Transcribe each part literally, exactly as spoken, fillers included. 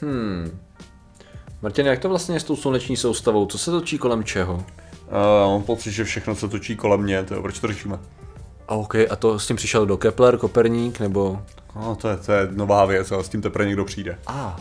Hmm. Martin, jak to vlastně je s tou sluneční soustavou? Co se točí kolem čeho? Uh, mám pocit, že všechno se točí kolem mě, to je, proč to řešíme? A OK, a to s tím přišel do Kepler, Koperník, nebo? No, to je, to je nová věc, ale s tím teprve někdo přijde. Ah.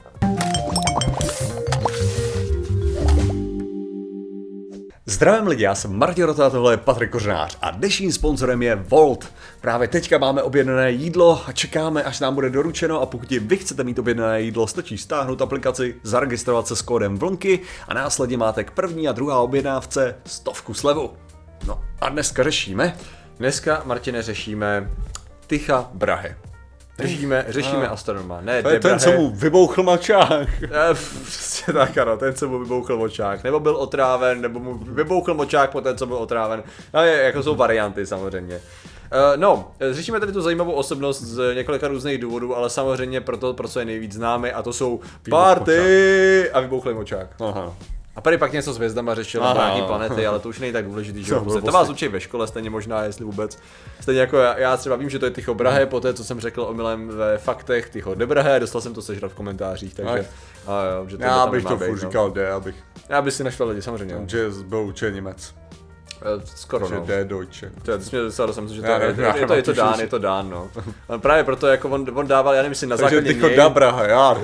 Zdravím lidi, já jsem Martin Rota, tohle je Patrik Kořenář a dnešním sponzorem je Volt. Právě teďka máme objednané jídlo a čekáme, až nám bude doručeno, a pokud vy chcete mít objednané jídlo, stačí stáhnout aplikaci, zaregistrovat se s kódem Vlnky a následně máte k první a druhá objednávce stovku slevu. No a dneska řešíme. Dneska, Martine, řešíme Tycha Brahe. Řešíme, řešíme a. astronoma, ne To je ten, co mu vybouchl močák. Přesně tak, ano, ten, co mu vybouchl močák. Nebo byl otráven, nebo mu vybouchl močák po ten, co byl otráven. No, je, jako jsou varianty samozřejmě. Uh, no, řešíme tady tu zajímavou osobnost z několika různých důvodů, ale samozřejmě proto, pro co je nejvíc známy, a to jsou party a vybouchlý močák. Aha. A tady pak něco s hvězdama řešil na nějaký planety, ale to už není tak důležitý, že to, to vás učí ve škole, stejně možná, jestli vůbec. Stejně jako já, já třeba vím, že to je Tycho Brahe, po té, co jsem řekl omylem ve faktech Tycho de Brahe, dostal jsem to sežrat v komentářích, takže a jo, že to já bych to být, furt no. říkal D, abych. Já bych si našel lidi, samozřejmě. Že byl určitě Němec. Skoro, že no. D Deutsche. To je, to mě docela dost, že to já je, nevím, je, je, to, je to tuším dán, si. je to dán, no. A právě proto, jako on, on dával, já nevím, jestli na Takže základě Tycho něj... da Brahe, já.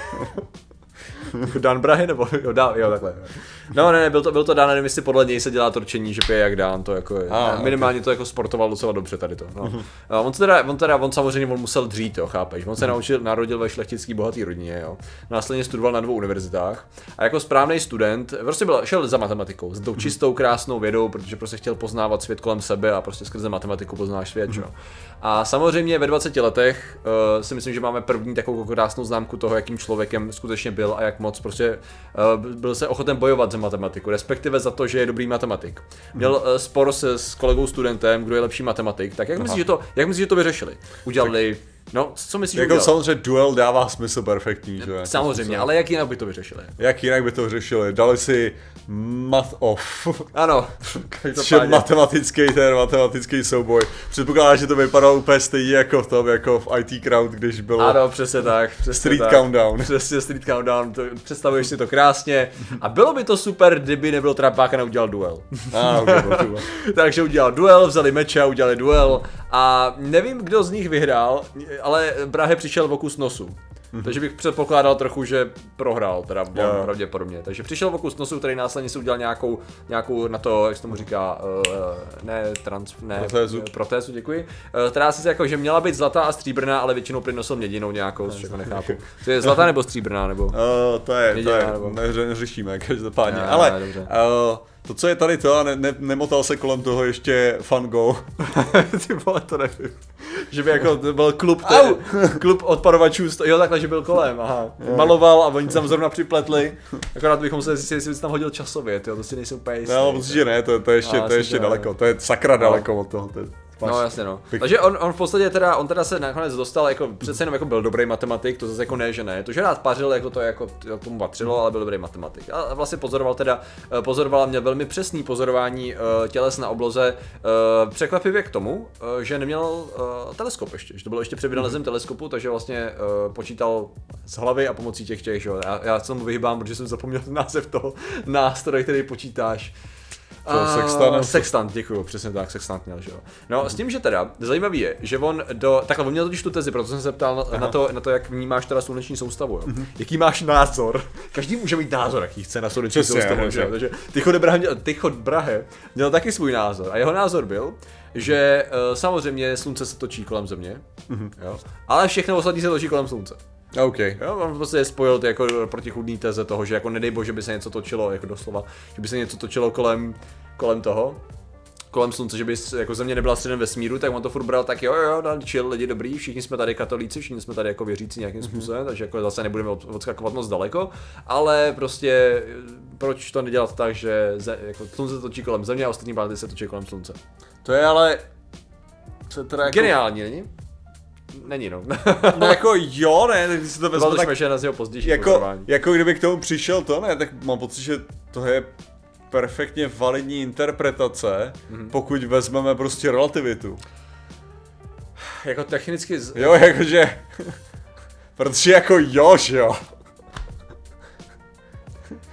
Dan Brahe, nebo jo, dá, jo, takhle. No ne, ne, byl to, byl to Dan, nevím, jestli podle něj se dělá to rčení, že pije jak Dan, to jako je. Ah, minimálně okay. To jako sportoval docela dobře tady to. No. On teda, on teda, on samozřejmě on musel dřít, jo, chápeš. On se naučil, narodil ve šlechtický bohatý rodině, jo. Následně studoval na dvou univerzitách a jako správný student, prostě byl, šel za matematikou, s tou čistou, krásnou vědou, protože prostě chtěl poznávat svět kolem sebe a prostě skrze matematiku poznáš svět, jo. A samozřejmě ve dvaceti letech uh, si myslím, že máme první takovou krásnou známku toho, jakým člověkem skutečně byl a jak moc prostě uh, byl se ochoten bojovat za matematiku, respektive za to, že je dobrý matematik. Měl uh, spor se s kolegou studentem, kdo je lepší matematik, tak jak myslíš, že to, jak myslíš, že to vyřešili? Udělali, no, co myslíš, jako že udělali? samozřejmě duel dává smysl perfektní, že? Samozřejmě, ale jak jinak by to vyřešili? Jak jinak by to řešili? Dali si math off. Ano. Což matematický ten, matematický souboj. Předpokládám, že to vypadalo úplně stejně jako v tom, jako v I T Crowd, když bylo... Ano, přesně tak. Přesně Street tak. Countdown. Přesně Street Countdown, to, představuješ si to krásně. A bylo by to super, kdyby nebyl trapák a neudělal duel. Ah, okay, Takže udělal duel, vzali meče a udělali duel. A nevím, kdo z nich vyhrál, ale Brahe přišel v okus nosu. Mm-hmm. Takže bych předpokládal trochu, že prohrál, teda on, yeah. pravděpodobně. Takže přišel v okus nosu, který následně si udělal nějakou, nějakou na to, jak se tomu říká, uh, ne, trans, ne, protézu. protézu, děkuji. Uh, která si jako, že měla být zlatá a stříbrná, ale většinou přinosil mědinou nějakou, což jako nechápu. To je zlatá nebo stříbrná, nebo? Uh, to je, mědiná, to je, nebo? Ne, neřešíme, každopádně, Ne, ale... ne, uh, to, co je tady to, a ne, ne, nemotal se kolem toho ještě Fun Go. Ty vole, to nevím. Že by jako to byl klub, te, klub odpadovačů, jo takhle, že byl kolem, aha. Maloval a oni tam zrovna připletli, akorát bychom se zjistili, jestli bys tam hodil časově, tyjo, to si nejsou úplně jistý. No, myslím, že ne, to, to je ještě, a, to je ještě daleko, to je sakra daleko od toho. To je... No jasně no. Takže on, on v podstatě teda, on teda se nakonec dostal, jako přece jenom jako byl dobrý matematik, to zase jako ne, že ne. To, že rád pařil, jako to jako k tomu patřilo, ale byl dobrý matematik. A vlastně pozoroval teda, pozoroval a měl velmi přesný pozorování uh, těles na obloze. Uh, překvapivě k tomu, uh, že neměl uh, teleskop ještě, že to bylo ještě před vynalezem teleskopu, takže vlastně uh, počítal z hlavy a pomocí těch těch, že jo. Já, já se mu vyhýbám, protože jsem zapomněl název toho nástroje, který počítáš. Uh, sextant, sextant, děkuju, přesně tak, sextant měl, že jo. No s tím, že teda, zajímavý je, že on do, takhle, on měl totiž tu tezi, proto jsem se ptal na, na, to, na to, jak vnímáš teda sluneční soustavu, jo. Mm-hmm. Jaký máš názor? Každý může mít názor, jaký chce na sluneční Přesně, soustavu, že jo. Takže Tycho de Brahe měl, Tycho Brahe měl taky svůj názor a jeho názor byl, že uh, samozřejmě slunce se točí kolem země, mm-hmm. jo, ale všechno ostatní se točí kolem slunce. Okay. Jo, on prostě spojil ty jako protichůdný teze toho, že jako nedej bože by se něco točilo, jako doslova, že by se něco točilo kolem, kolem toho, kolem slunce, že by jako země nebyla středem vesmíru, tak on to furt bral tak jo, jo, no, chill, lidi dobrý, všichni jsme tady katolíci, všichni jsme tady jako věřící nějakým způsobem, mm-hmm. takže jako zase nebudeme odskakovat moc daleko, ale prostě proč to nedělat tak, že ze, jako slunce se točí kolem země a ostatní planety se točí kolem slunce. To je ale... To je teda jako... Geniální, není? Není no. No jako jo, ne, když si to vezmu tak... tak... na jeho pozdější jako, jako kdyby k tomu přišel to, ne, tak mám pocit, že to je perfektně validní interpretace, mm-hmm. pokud vezmeme prostě relativitu. Jako technicky... Z... Jo, jakože... Protože jako jo, jo.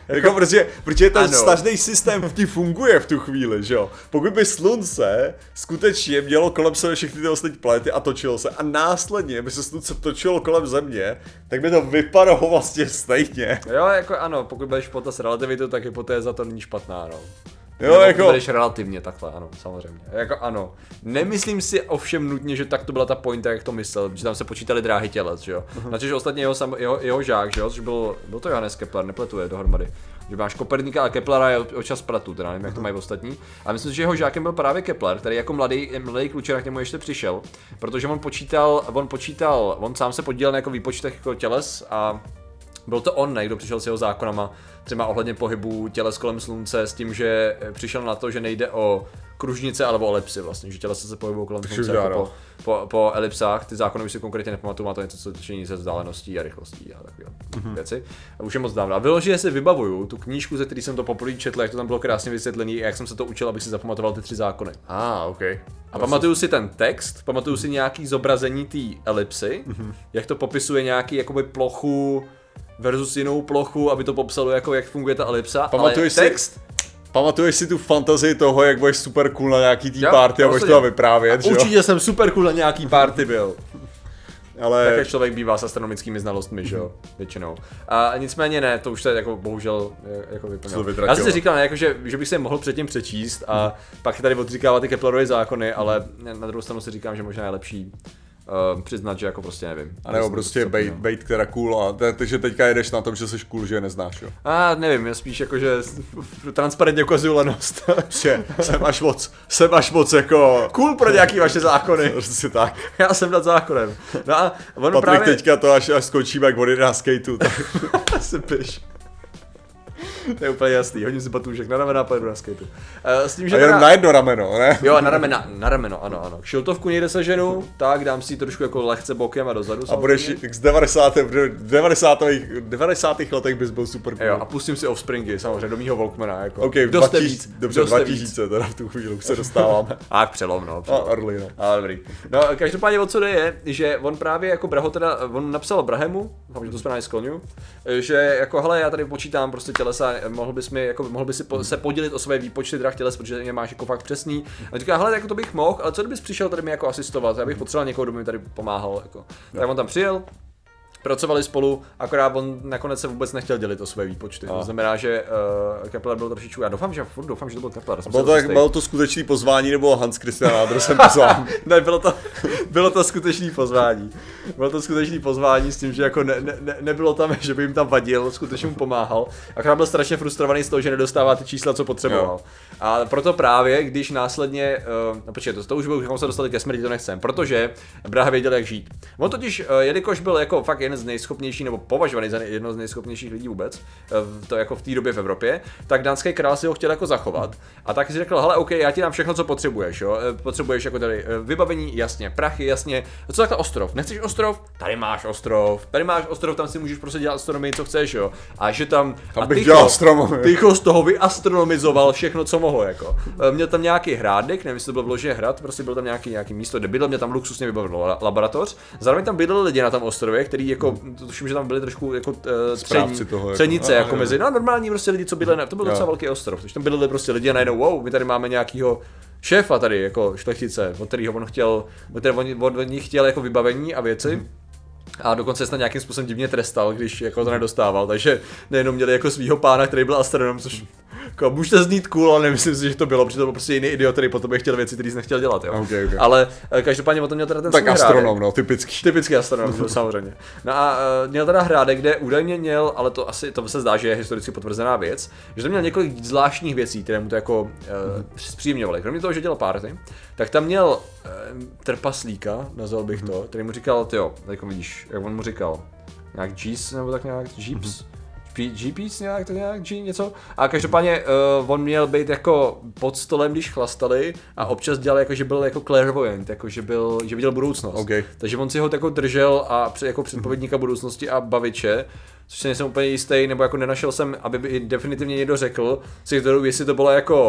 Jako protože, protože ten ano. snažný systém v ti funguje v tu chvíli, že jo. Pokud by slunce skutečně mělo kolem sebe všechny ty ostatní planety a točilo se a následně by se slunce točilo kolem Země, tak by to vypadalo vlastně stejně. Jo, jako ano, pokud budeš potaz relativitu, tak hypotéza to není špatná, no. Jo, Nebo jako... budeš relativně takhle, ano, samozřejmě. Jako ano. Nemyslím si ovšem nutně, že tak to byla ta pointa, jak to myslel, že tam se počítali dráhy těles, že jo. Uh-huh. Načež ostatně jeho, sam, jeho, jeho žák, že jo, což byl, byl to Johannes Kepler, nepletuje dohromady. Že máš Koperníka a Keplera je občas pletu, teda nevím, jak to mají ostatní. A myslím si, že jeho žákem byl právě Kepler, který jako mladý, mladý klučina k němu ještě přišel, protože on počítal, on počítal, on sám se podílel na jako výpočtech jako těles a byl to on, ne, kdo přišel s jeho zákonama, třeba ohledně pohybu těles kolem slunce, s tím, že přišel na to, že nejde o kružnice, alebo o elipsy vlastně, že tělesa se pohybují kolem slunce jako po, po, po elipsách, ty zákony už si konkrétně nepamatuju, má to něco co činí se vzdáleností a rychlostí a takové mm-hmm. věci. A už je moc dávno. A vyloženě si vybavuju tu knížku, ze který jsem to poprvé četl, jak to tam bylo krásně vysvětlený, jak jsem se to učil, abych si zapamatoval ty tři zákony. Ah, ok. A pamatuju si ten text, pamatuju si nějaký zobrazení té elipsy, mm-hmm. jak to popisuje nějaký jakoby plochu versus jinou plochu, aby to popsalo, jako jak funguje ta elipsa. Pamatuješ si, text? Pamatuješ si tu fantazii toho, jak budeš super cool na nějaký tý jo, party a budeš to vyprávět, že jo? Určitě jsem super cool na nějaký party byl. Ale... Také člověk bývá s astronomickými znalostmi, že jo, většinou. A nicméně ne, to už se jako bohužel jako vyplnilo. Já jsem si říkal, ne, jako, že, že bych se mohl předtím přečíst a hmm. pak tady odříkávat ty Keplerovy zákony, ale na druhou stranu si říkám, že možná je lepší Uh, přiznat, že jako prostě nevím. A nebo prostě bejt, bejt která cool a takže teďka jedeš na tom, že jsi cool, že je neznáš, jo? A nevím, já spíš jako, že transparentně ukazuju lenost. Že jsem až moc, jsem až moc jako... Cool pro nějaký vaše zákony. Prostě tak. Já jsem nad zákonem. No a ono Patrik právě... teďka to až, až skočíme jak vody na skateu. Tak... Sypiš. To je úplně jasný, hodím si batůžek na ramena a pojedu na skateu. Uh, s tím, že a jenom teda... na jedno rameno, ne? Jo, na ramena, na rameno, ano, ano. Šiltovku někde seženu, tak dám si trošku jako lehce bokem a dozadu. A budeš z devadesátých letech bys byl super cool. Jo, a pustím si Offspringy, samozřejmě, do mýho Walkmana, jako. Ok, kdo jste víc, dobře, dva tisíce teda v tu chvíli už se dostáváme. A přelom, no. Přelom. A early, no. A dobrý. No, každopádně o co jde je, že on právě jako Braho teda, on napsal Brahemu, doufám, že to správně skloňuju, že jako hele, já tady počítám prostě tělesa, mohl bys mi, jako mohl bys si po, se podělit o své výpočty drah těles, protože je máš jako fakt přesný. A říká, hele, jako to bych mohl, ale co kdybys přišel tady mi jako asistovat, já bych potřeboval někoho, kdo mi tady pomáhal, jako. Tak on tam přijel. Pracovali spolu, akorát on nakonec se vůbec nechtěl dělit o své výpočty. A. To znamená, že uh, Kepler byl trošičku, já doufám, že furt doufám, že to byl Kepler. Bylo to, bylo to skutečný pozvání nebo Hans Christian Andersen pozvání? Ne, bylo to, bylo to skutečný pozvání. Bylo to skutečný pozvání s tím, že jako ne, ne, nebylo tam, že by jim tam vadil, skutečně mu pomáhal. Akorát byl strašně frustrovaný z toho, že nedostává ty čísla, co potřeboval. Jo. A proto právě, když následně, uh, no počkej, to, to už bychom se dostali ke smrti, to nechcem, protože Braha věděl, jak žít. On totiž, uh, jelikož byl jako fakt jeden z nejschopnějších, nebo považovaný za jedno z nejschopnějších lidí vůbec, to jako v té době v Evropě, tak dánský král si ho chtěl jako zachovat. A tak si řekl, hele, OK, já ti dám všechno, co potřebuješ, jo. Potřebuješ jako tady vybavení, jasně, prachy, jasně. Co takhle ostrov? Nechceš ostrov? Tady máš ostrov. Tady máš ostrov, tam si můžeš prostě dělat astronomii, co chceš, jo. A že tam Tam bych dělal astronomii. Tycho z toho vyastronomizoval všechno, co mohl, jako. Měl tam nějaký hrádek, nevím, jestli to byl vloženě hrad, prostě byl tam nějaký nějaký místo, kde bydlel, měl tam luxusně vybavenou laboratoř. Zároveň tam bydleli lidi na tom ostrově, který jako tuším, že tam byli trošku jako uh, střední, toho, střednice jako, jako mezi, no normální prostě lidi, co bydleli, to byl docela velký ostrov, takže tam bydleli prostě lidi a najednou, wow, my tady máme nějakýho šéfa tady, jako šlechtice, od kterého on chtěl, od kterého on, od nich chtěl jako vybavení a věci. Mm. A dokonce se nějakým způsobem divně trestal, když jako to nedostával, takže nejenom měli jako svýho pána, který byl astronom, což jako, můžete znít cool, ale nemyslím si, že to bylo, protože to byl prostě jiný idiot, který potom chtěl věci, který jsi nechtěl dělat, jo. Okay, okay. Ale každopádně o tom měl teda ten tak svůj astronom, hrádek. no, typický. Typický astronom, no, samozřejmě. No a uh, měl teda hrádek, kde údajně měl, ale to asi, to se zdá, že je historicky potvrzená věc, že tam měl několik zvláštních věcí, které mu to jako uh, mm-hmm. zpříjemňovaly. Kromě toho, že dělal party, tak tam měl uh, trpaslíka, nazval bych to, který mu říkal, tyjo, jako vidíš, jak on mu říkal, nějak G's nebo tak nějak, Jeeps, G P S nějak, to nějak, G něco. A každopádně uh, on měl být jako pod stolem, když chlastali a občas dělal jako, že byl jako clairvoyant, jako že byl, že viděl budoucnost. Okay. Takže on si ho jako držel a jako předpovědníka budoucnosti a baviče, což se nejsem úplně jistý, nebo jako nenašel jsem, aby by definitivně někdo řekl, si kterou, jestli to bylo jako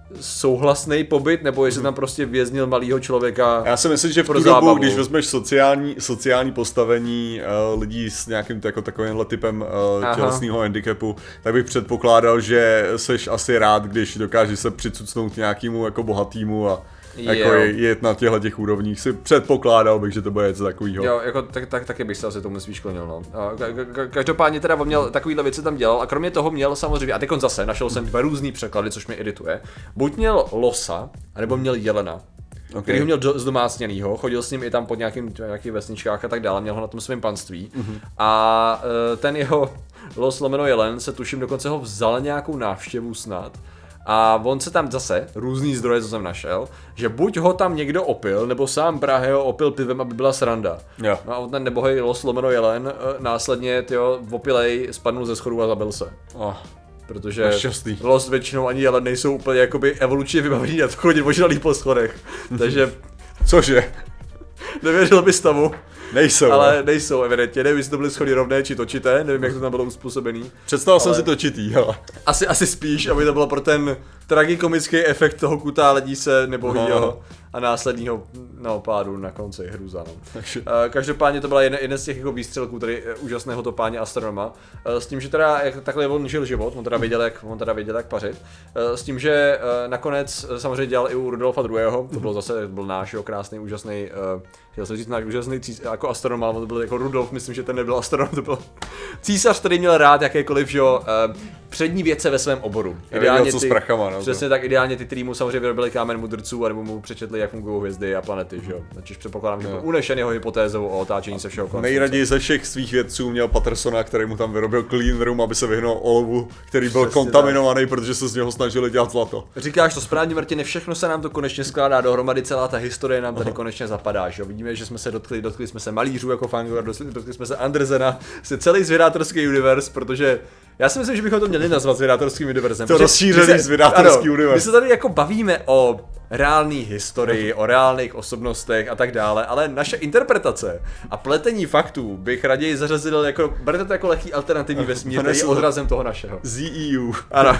souhlasný pobyt, nebo jestli tam prostě věznil malýho člověka. Já si myslím, že v tu dobu, když vezmeš sociální, sociální postavení uh, lidí s nějakým jako takovýmhle typem uh, tělesného handicapu, tak bych předpokládal, že seš asi rád, když dokážeš se přicucnout nějakému jako bohatýmu a jako jet na těchto těch úrovních. Si předpokládal bych, že to bude něco takového. Jo, jako tak, tak, taky bych se asi tomu spíš klonil, no. Každopádně teda on měl takovýhle věci tam dělal a kromě toho měl samozřejmě, a teď on zase našel jsem dva různý překlady, což mě irituje. Buď měl losa, anebo měl jelena. Okay. Který ho měl do, zdomácněnýho, chodil s ním i tam pod nějakým, nějakých vesničkách a tak dále, měl ho na tom svém panství. Mm-hmm. A ten jeho los lomeno jelen se tuším dokonce ho vzal nějakou návštěvu snad. A on se tam zase, různý zdroje, co jsem našel, že buď ho tam někdo opil, nebo sám Brahe ho opil pivem, aby byla sranda. Jo. No a ten nebohej los lomeno jelen následně tyjo, opilej spadnul ze schodu a zabil se. Oh. Protože los většinou ani jelen nejsou úplně jakoby evolučně vybavení na to chodit ožralý po schodech. Takže... Cože? Nevěřil bys tomu. Nejsou. Ale ne? nejsou, evidentně. Nevím, jestli to byly schody rovné či točité, nevím, jak to tam bylo uspůsobený. Představil ale... jsem si točitý, hele. Asi, asi spíš, aby to bylo pro ten tragikomický efekt toho kutá ledí se nebohýho a následního no, pádu na konci hruza. No. Každopádně to byla jeden, jeden z těch jako výstřelků tady úžasného topání astronoma. S tím, že teda jak takhle on žil život, on teda věděl, jak, on teda věděl, jak pařit. S tím, že nakonec samozřejmě dělal i u Rudolfa druhého. To bylo zase, byl náš jo, krásný, úžasný, chtěl jsem říct náš úžasný jako astronom, ale to byl jako Rudolf, myslím, že ten nebyl astronom, to byl císař, který měl rád jakékoliv, že jo, přední vědce ve svém oboru. Ideálně ty, s prachama, no, přesně tak, ideálně ty, který mu samozřejmě vyrobili kámen mudrců, anebo mu přečetli, jak fungují hvězdy a planety, že jo. Znači předpokládám, že byl unešen jeho hypotézou o otáčení se všeho kolem. Nejraději ze všech svých vědců měl Pattersona, který mu tam vyrobil clean room, aby se vyhnul olovu, který byl přesně kontaminovaný, tak. Protože se z něho snažili dělat zlato. Říkáš to správně, Martine, všechno se nám to konečně skládá dohromady, celá ta historie nám tady Aha. konečně zapadá, že jo. Vidíme, že jsme se dotkli, dotkli jsme se malířů jako Fangor, dotkli jsme se Andersena, se celý zvědátorský univerz, protože já si myslím, že bychom to měli nazvat zvědátorským univerzem. To rozšířený zvědátorský univerz. My se tady jako bavíme o reálné historii, o reálných osobnostech a tak dále, ale naše interpretace a pletení faktů bych raději zařazil jako, berte to jako lehký alternativní vesmír, který je odrazem toho našeho. Z E U. Ano.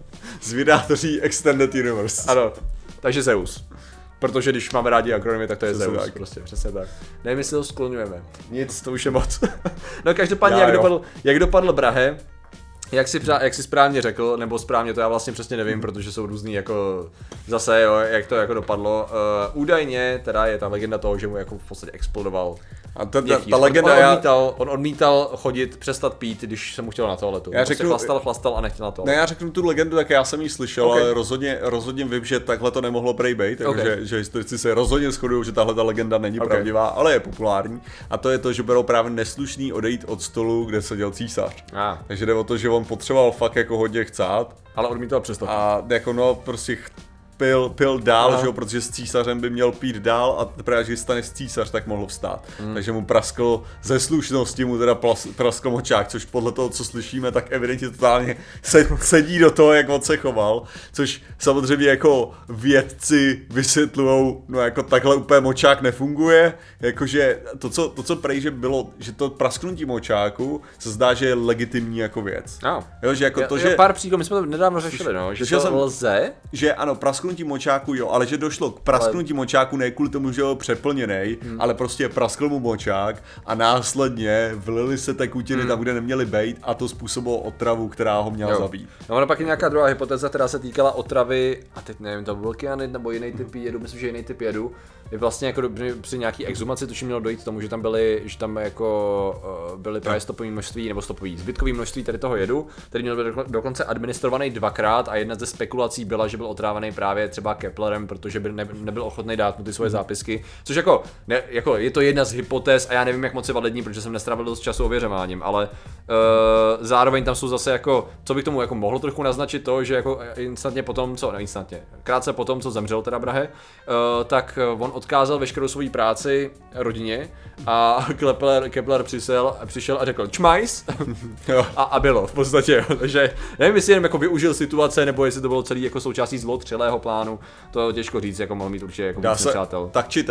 Zvědátoří Extended Universe. Ano, takže Zeus. Protože když máme rádi akronymy, tak to je přesně Zeus, tak. Prostě, přesně tak. Nevím, jestli ho skloňujeme. Nic, to už je moc. No každopádně, jak dopadl, jak dopadl Brahe, jak jsi, jak jsi správně řekl, nebo správně, to já vlastně přesně nevím, protože jsou různý jako, zase jo, jak to jako dopadlo. Uh, údajně teda je ta legenda toho, že mu jako v podstatě explodoval. A ta, ta, ta legenda on, on, odmítal, on odmítal chodit, přestat pít, když se mu chtěl na toaletu. Já řeknu, prostě chlastal, chlastal a nechtěl na toaletu. Ne, já řeknu tu legendu, tak já jsem ji slyšel, okay. Ale rozhodně, rozhodně vím, že takhle to nemohlo prej být, takže okay. že historici se rozhodně shodují, že tahle ta legenda není okay. pravdivá, ale je populární. A to je to, že bylo právě neslušný odejít od stolu, kde seděl císař. Ah. Takže jde o to, že on potřeboval fakt jako hodně chcát. Ale odmítal přestat. A jako no, prostě pil, pil dál, že jo, protože s císařem by měl pít dál a teprve, když staneš císař, tak mohl vstát. Mm. Takže mu praskl, ze slušnosti mu teda plas, praskl močák, což podle toho, co slyšíme, tak evidentně totálně se, sedí do toho, jak on se choval, což samozřejmě jako vědci vysvětlujou, no jako takhle úplně močák nefunguje, jakože to, co, to, co prej, že bylo, že to prasknutí močáku se zdá, že je legitimní jako věc. Oh. Jo, že jako jo, to, jo, že... Pár příkladů, my jsme to nedávno řešili, no, že to jsem, lze. Že ano, prasknutí močáku jo, ale že došlo k prasknutí ale... močáku ne kvůli tomu, že byl přeplněnej, hmm. ale prostě praskl mu močák a následně vlily se tekutiny hmm. tam, kde neměly bejt a to způsobilo otravu, která ho měla jo. zabít. No ono pak je nějaká druhá hypotéza, která se týkala otravy, a teď nevím, to byl kyanid nebo jiný typ jedu, myslím, že jiný typ jedu. Je vlastně jako při nějaký exhumaci, tuším mělo dojít k tomu, že tam byly, že tam jako uh, byly právě stopový množství nebo stopový zbytkový množství tady toho jedu, který měl být dokonce administrovaný dvakrát a jedna ze spekulací byla, že byl otrávený právě třeba Keplerem, protože by ne, nebyl ochotný dát mu ty svoje zápisky, což jako, ne, jako je to jedna z hypotéz a já nevím, jak moc je validní, protože jsem nestrávil dost času ověřováním, ale uh, zároveň tam jsou zase jako, co bych tomu jako mohlo trochu naznačit to, že jako instantně potom, co, ne instantně, krátce potom, co zemřel teda Brahe, uh, tak on odkázal veškerou svoji práci rodině a Kepler, Kepler přišel, přišel a řekl čmajs a, a bylo v podstatě, jo. Takže nevím, jestli jen jako využil situace, nebo jestli to bylo celý jako součástí zlotřelého plánu, to těžko říct, jako mohl mít určitě jako víc nepřátel. Tak či tak,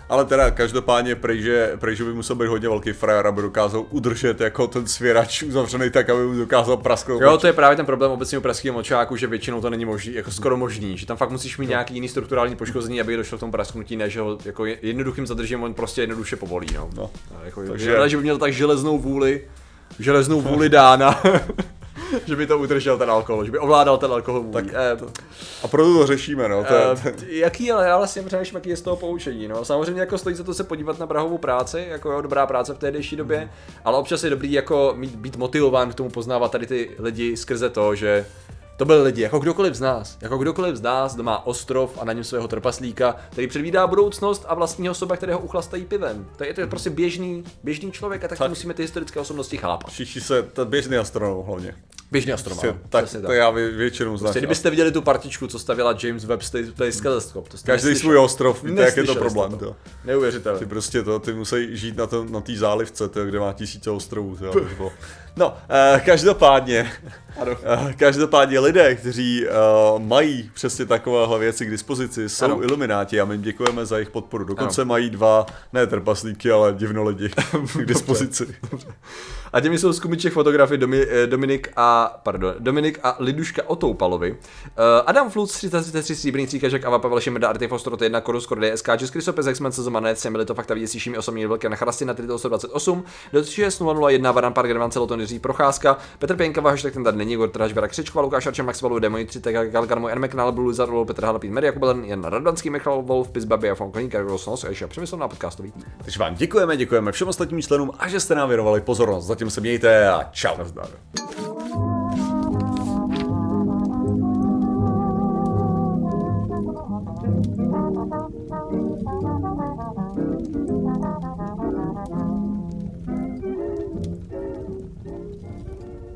Ale teda každopádně prej, že, prej, že by musel být hodně velký frajer, aby dokázal udržet jako ten svěrač uzavřený tak, aby mu dokázal prasknout. Jo, to je právě ten problém obecného praského močáku, že většinou to není možný, jako skoro možný, že tam fakt musíš mít nějaký jiný strukturální poškození, aby došlo k tomu prasknutí, než ho jako jednoduchým zadržím on prostě jednoduše povolí, no. no. Jako, takže... že by měl tak železnou vůli, železnou vůli dána. Že by to udržel ten alkohol, že by ovládal ten alkohol. Tak, eh, to... A proto to řešíme, no. To je, eh, jaký, ale já vlastně přemýšlím, jaký je z toho poučení, no. Samozřejmě jako stojí za to se podívat na prahovou práci, jako jo, dobrá práce v té dnešní době, mm. ale občas je dobrý jako mít, být motivován k tomu poznávat tady ty lidi skrze to, že to byli lidi, jako kdokoliv z nás, jako kdokoliv z nás, kdo má ostrov a na něm svého trpaslíka, který předvídá budoucnost a vlastního osoba, kterého uchlastají pivem. To je, to je prostě běžný, běžný člověk a tak, tak musíme ty historické osobnosti chápat. Všichni se, ten běžný astronom hlavně. Běžný astronom, tak, to tak. Já většinou znám. Prostě, kdybyste viděli tu partičku, co stavěla James Webb Space Telescope, to jste každý neslyšeli. Svůj ostrov, víte, jak je to problém. To. Neuvěřitelné. Ty prostě to, ty musí žít na té na zálivce, to, kde má tisíce ostrovů. To, no, eh, každopádně, eh, každopádně lidé, kteří eh, mají přesně takovéhle věci k dispozici, jsou ano. ilumináti a my jim děkujeme za jejich podporu. Dokonce ano. mají dva, ne trpaslíky, ale divnolidi k dispozici. A těmi jsou z Kumiček fotografy Domi, Dominik a pardon, Dominik a Liduška Otoupalovi. Uh, Adam Fluc, třicet tři stříbrný tříkažek, Ava Pavel Šimrda, Arty Fostrot jedna, Korus, Kor, D S K, Český Sopes, X-Men, Sezomanec, Semily, to fakta vyděsíšími osobní velké na Chrasty na Trito sto dvacet osm, do tři šest nula nula jedna, Varan Park, Revan, Celoton, Jiří Procházka, Petr Pěnkava, hashtag ten tady není, Igor Trhač, Vera Křičková, Lukáš Arčem, Max Valu, Demoj tři, Galgarmo, Ermek, Nál, Blue Lizard, Petr Halapít, Mary Jakubelen, Jan Radvanský, Michal Wolf, Pizbaby a Fonkoník, Karol Snos, Ještě Přemysl na podcastový. Takže vám děkujeme, děkujeme všem ostatním členům a že jste nám věnovali pozornost. Zatím se mějte a čau. Nazdar.